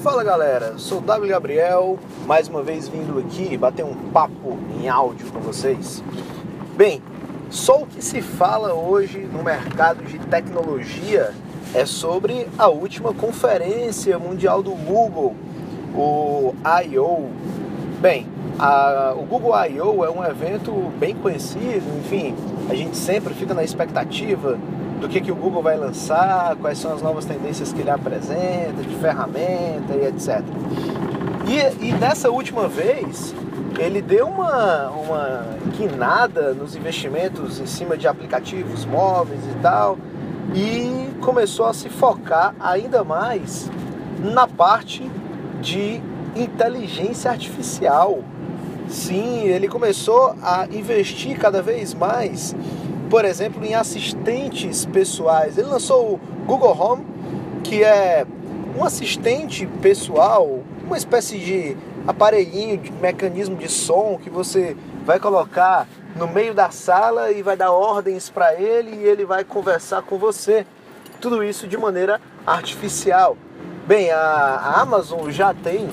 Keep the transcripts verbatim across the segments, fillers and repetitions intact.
Fala galera, sou o W Gabriel, mais uma vez vindo aqui bater um papo em áudio com vocês. Bem, só o que se fala hoje no mercado de tecnologia é sobre a última conferência mundial do Google, o I O. Bem, a, o Google I O é um evento bem conhecido, enfim, a gente sempre fica na expectativa do que, que o Google vai lançar, quais são as novas tendências que ele apresenta, de ferramenta e etcétera. E, e dessa última vez, ele deu uma, uma guinada nos investimentos em cima de aplicativos móveis e tal, e começou a se focar ainda mais na parte de inteligência artificial. Sim, ele começou a investir cada vez mais, por exemplo, em assistentes pessoais. Ele lançou o Google Home, que é um assistente pessoal, uma espécie de aparelhinho, de mecanismo de som que você vai colocar no meio da sala e vai dar ordens para ele e ele vai conversar com você. Tudo isso de maneira artificial. Bem, a, a Amazon já tem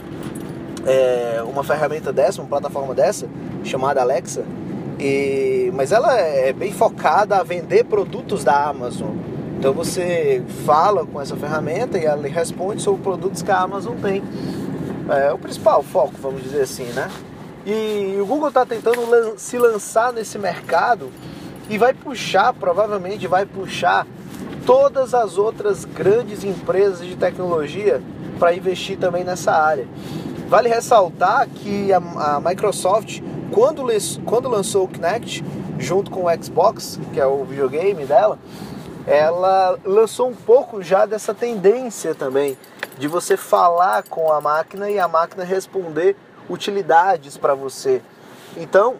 é, uma ferramenta dessa, uma plataforma dessa, chamada Alexa. E, mas ela é bem focada a vender produtos da Amazon. Então você fala com essa ferramenta e ela responde sobre produtos que a Amazon tem. É o principal foco, vamos dizer assim, né? E o Google está tentando lan- se lançar nesse mercado e vai puxar, provavelmente vai puxar todas as outras grandes empresas de tecnologia para investir também nessa área. Vale ressaltar que a, a Microsoft, Quando, quando lançou o Kinect, junto com o Xbox, que é o videogame dela, ela lançou um pouco já dessa tendência também, de você falar com a máquina e a máquina responder utilidades para você. Então,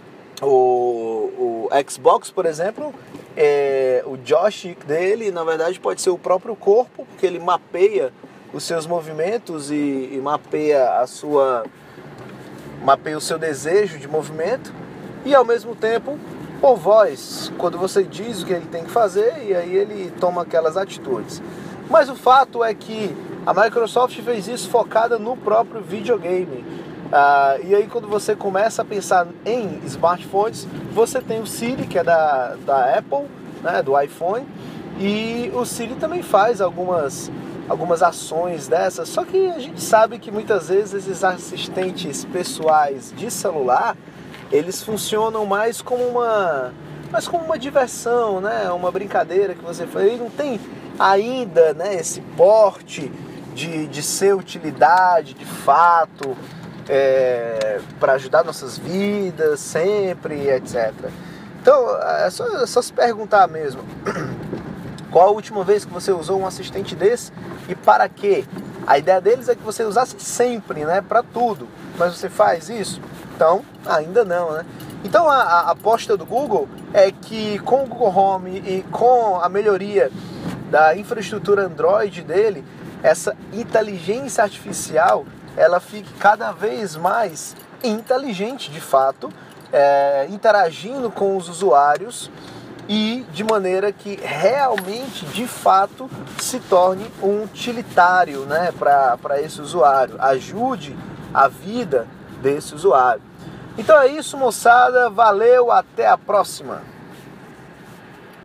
o, o Xbox, por exemplo, é, o joystick dele, na verdade, pode ser o próprio corpo, porque ele mapeia os seus movimentos e, e mapeia a sua... mapeia o seu desejo de movimento e ao mesmo tempo por voz, quando você diz o que ele tem que fazer e aí ele toma aquelas atitudes. Mas o fato é que a Microsoft fez isso focada no próprio videogame. Ah, e aí quando você começa a pensar em smartphones, você tem o Siri, que é da, da Apple, né, do iPhone, e o Siri também faz algumas algumas ações dessas, só que a gente sabe que muitas vezes esses assistentes pessoais de celular, eles funcionam mais como uma, mais como uma diversão, né? Uma brincadeira que você faz, ele não tem ainda, né, esse porte de, de ser utilidade de fato, é, para ajudar nossas vidas sempre, etcétera. Então, é só, é só se perguntar mesmo. Qual a última vez que você usou um assistente desse e para quê? A ideia deles é que você usasse sempre, né, para tudo. Mas você faz isso? Então, ainda não, né? Então a, a aposta do Google é que com o Google Home e com a melhoria da infraestrutura Android dele, essa inteligência artificial, ela fique cada vez mais inteligente de fato, é, interagindo com os usuários, e de maneira que realmente, de fato, se torne um utilitário, né, para esse usuário, ajude a vida desse usuário. Então é isso, moçada, valeu, até a próxima!